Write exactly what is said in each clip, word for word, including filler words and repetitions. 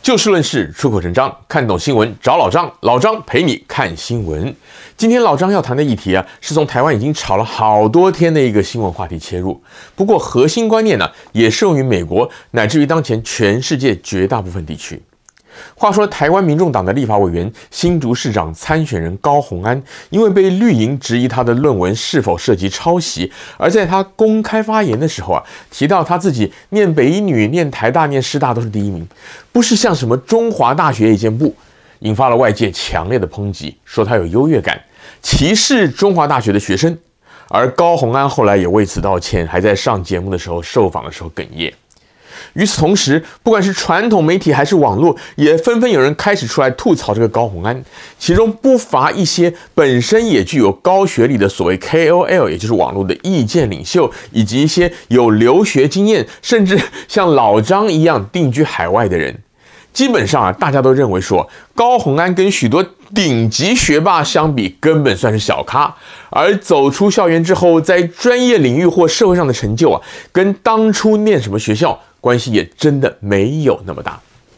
就事论事，出口成章，看懂新闻找老张，老张陪你看新闻。今天老张要谈的议题啊，是从台湾已经吵了好多天的一个新闻话题切入。不过核心观念呢，也适用于美国，乃至于当前全世界绝大部分地区。话说，台湾民众党的立法委员、新竹市长参选人高虹安，因为被绿营质疑他的论文是否涉及抄袭，而在他公开发言的时候啊，提到他自己念北一女、念台大、念师大都是第一名，不是像什么中华大学夜间部，引发了外界强烈的抨击，说他有优越感，歧视中华大学的学生。而高虹安后来也为此道歉，还在上节目的时候受访的时候哽咽。与此同时，不管是传统媒体还是网络，也纷纷有人开始出来吐槽这个高虹安，其中不乏一些本身也具有高学历的所谓 K O L， 也就是网络的意见领袖，以及一些有留学经验，甚至像老张一样定居海外的人。基本上啊，大家都认为说，高虹安跟许多顶级学霸相比，根本算是小咖。而走出校园之后，在专业领域或社会上的成就啊，跟当初念什么学校关系也真的没有那么大。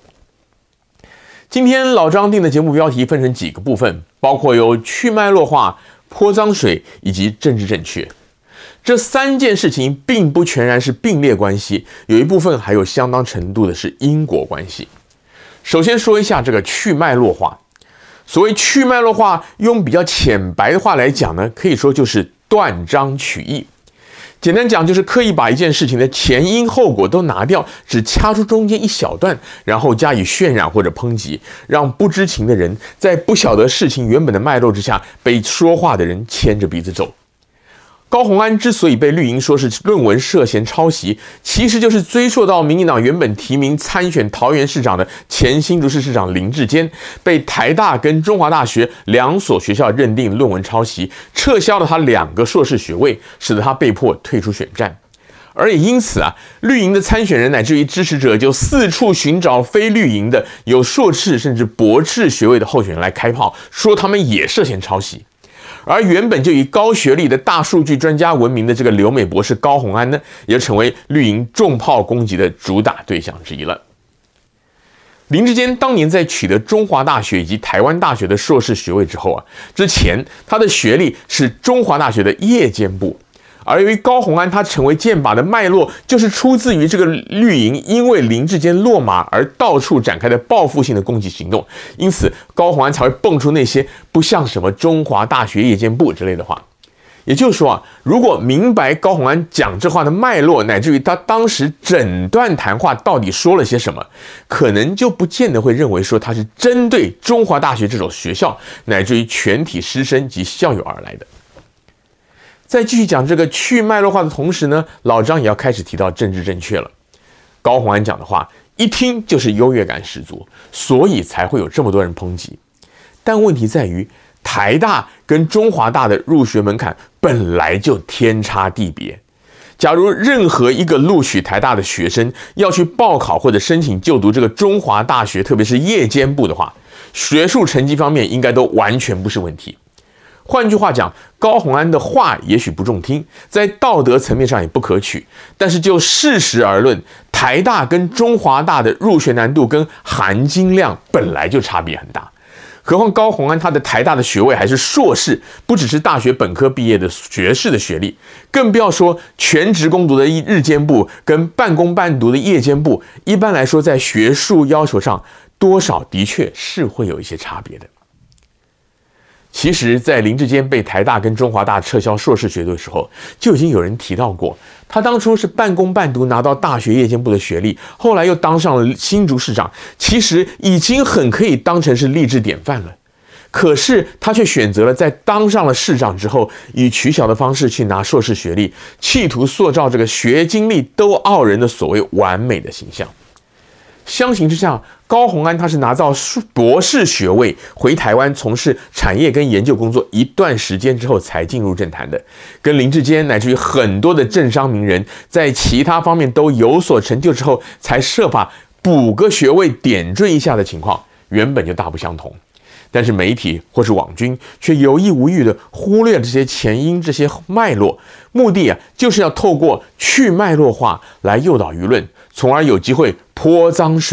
今天老张定的节目标题分成几个部分，包括有去脉络化、泼脏水以及政治正确。这三件事情并不全然是并列关系，有一部分还有相当程度的是因果关系。首先说一下这个去脉络化。所谓去脉络化，用比较浅白的话来讲呢，可以说就是断章取义。简单讲，就是刻意把一件事情的前因后果都拿掉，只掐出中间一小段，然后加以渲染或者抨击，让不知情的人在不晓得事情原本的脉络之下，被说话的人牵着鼻子走。高虹安之所以被绿营说是论文涉嫌抄袭，其实就是追溯到民进党原本提名参选桃园市长的前新竹市市长林智坚，被台大跟中华大学两所学校认定论文抄袭，撤销了他两个硕士学位，使得他被迫退出选战。而也因此啊，绿营的参选人乃至于支持者就四处寻找非绿营的有硕士甚至博士学位的候选人来开炮，说他们也涉嫌抄袭。而原本就以高学历的大数据专家闻名的这个留美博士高虹安呢，也成为绿营重炮攻击的主打对象之一了。林智坚当年在取得中华大学以及台湾大学的硕士学位之后啊，之前他的学历是中华大学的夜间部。而由于高虹安他成为箭靶的脉络，就是出自于这个绿营因为林智坚落马而到处展开的报复性的攻击行动，因此高虹安才会蹦出那些不像什么中华大学夜间部之类的话。也就是说啊，如果明白高虹安讲这话的脉络，乃至于他当时整段谈话到底说了些什么，可能就不见得会认为说他是针对中华大学这所学校，乃至于全体师生及校友而来的。在继续讲这个去脉络化的同时呢，老张也要开始提到政治正确了。高虹安讲的话一听就是优越感十足，所以才会有这么多人抨击。但问题在于，台大跟中华大的入学门槛本来就天差地别。假如任何一个录取台大的学生要去报考或者申请就读这个中华大学，特别是夜间部的话，学术成绩方面应该都完全不是问题。换句话讲，高虹安的话也许不中听，在道德层面上也不可取，但是就事实而论，台大跟中华大的入学难度跟含金量本来就差别很大。何况高虹安他的台大的学位还是硕士，不只是大学本科毕业的学士的学历，更不要说全职攻读的日间部跟半工半读的夜间部，一般来说在学术要求上多少的确是会有一些差别的。其实，在林智坚被台大跟中华大撤销硕士学位的时候，就已经有人提到过，他当初是半工半读拿到大学夜间部的学历，后来又当上了新竹市长，其实已经很可以当成是励志典范了。可是他却选择了在当上了市长之后，以取小的方式去拿硕士学历，企图塑造这个学经历都傲人的所谓完美的形象。相形之下，高虹安他是拿到博士学位，回台湾从事产业跟研究工作一段时间之后才进入政坛的，跟林智坚乃至于很多的政商名人在其他方面都有所成就之后，才设法补个学位点缀一下的情况，原本就大不相同。但是媒体或是网军却有意无意的忽略这些前因、这些脉络，目的啊就是要透过去脉络化来诱导舆论，从而有机会泼脏水，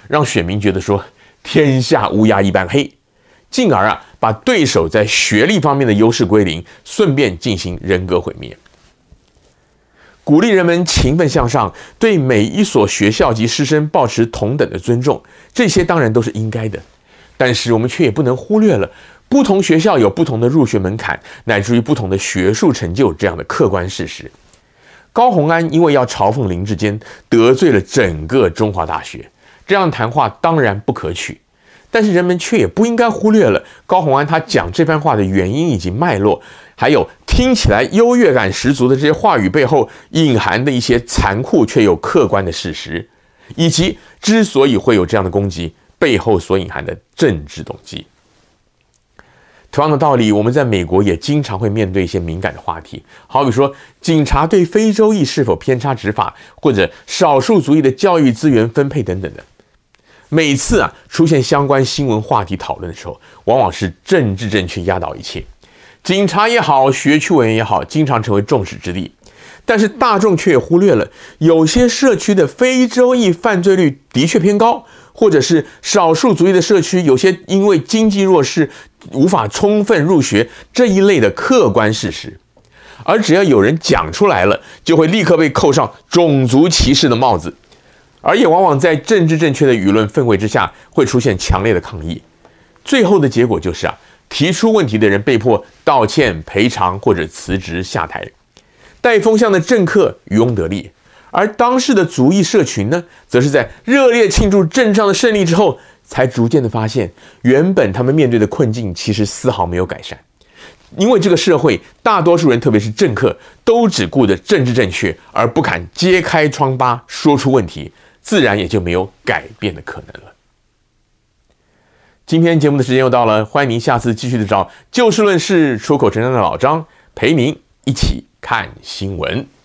让选民觉得说天下乌鸦一般黑，进而啊把对手在学历方面的优势归零，顺便进行人格毁灭。鼓励人们勤奋向上，对每一所学校及师生保持同等的尊重，这些当然都是应该的。但是我们却也不能忽略了不同学校有不同的入学门槛，乃至于不同的学术成就这样的客观事实。高虹安因为要嘲讽林志坚，得罪了整个中华大学，这样的谈话当然不可取。但是人们却也不应该忽略了高虹安他讲这番话的原因以及脉络，还有听起来优越感十足的这些话语背后隐含的一些残酷却又客观的事实，以及之所以会有这样的攻击背后所隐含的政治动机。同样的道理，我们在美国也经常会面对一些敏感的话题，好比说警察对非洲裔是否偏差执法，或者少数族裔的教育资源分配等等的。每次啊出现相关新闻话题讨论的时候，往往是政治正确压倒一切，警察也好，学区委员也好，经常成为众矢之的。但是大众却也忽略了，有些社区的非洲裔犯罪率的确偏高，或者是少数族裔的社区，有些因为经济弱势无法充分入学这一类的客观事实。而只要有人讲出来了，就会立刻被扣上种族歧视的帽子。而也往往在政治正确的舆论氛围之下，会出现强烈的抗议。最后的结果就是啊，提出问题的人被迫道歉、赔偿或者辞职下台，带风向的政客渔翁得利，而当时的族裔社群呢，则是在热烈庆祝政上的胜利之后，才逐渐的发现，原本他们面对的困境其实丝毫没有改善。因为这个社会大多数人，特别是政客，都只顾着政治正确，而不敢揭开疮疤，说出问题，自然也就没有改变的可能了。今天节目的时间又到了，欢迎您下次继续的找就事论事、出口成章的老张陪您一起看新闻。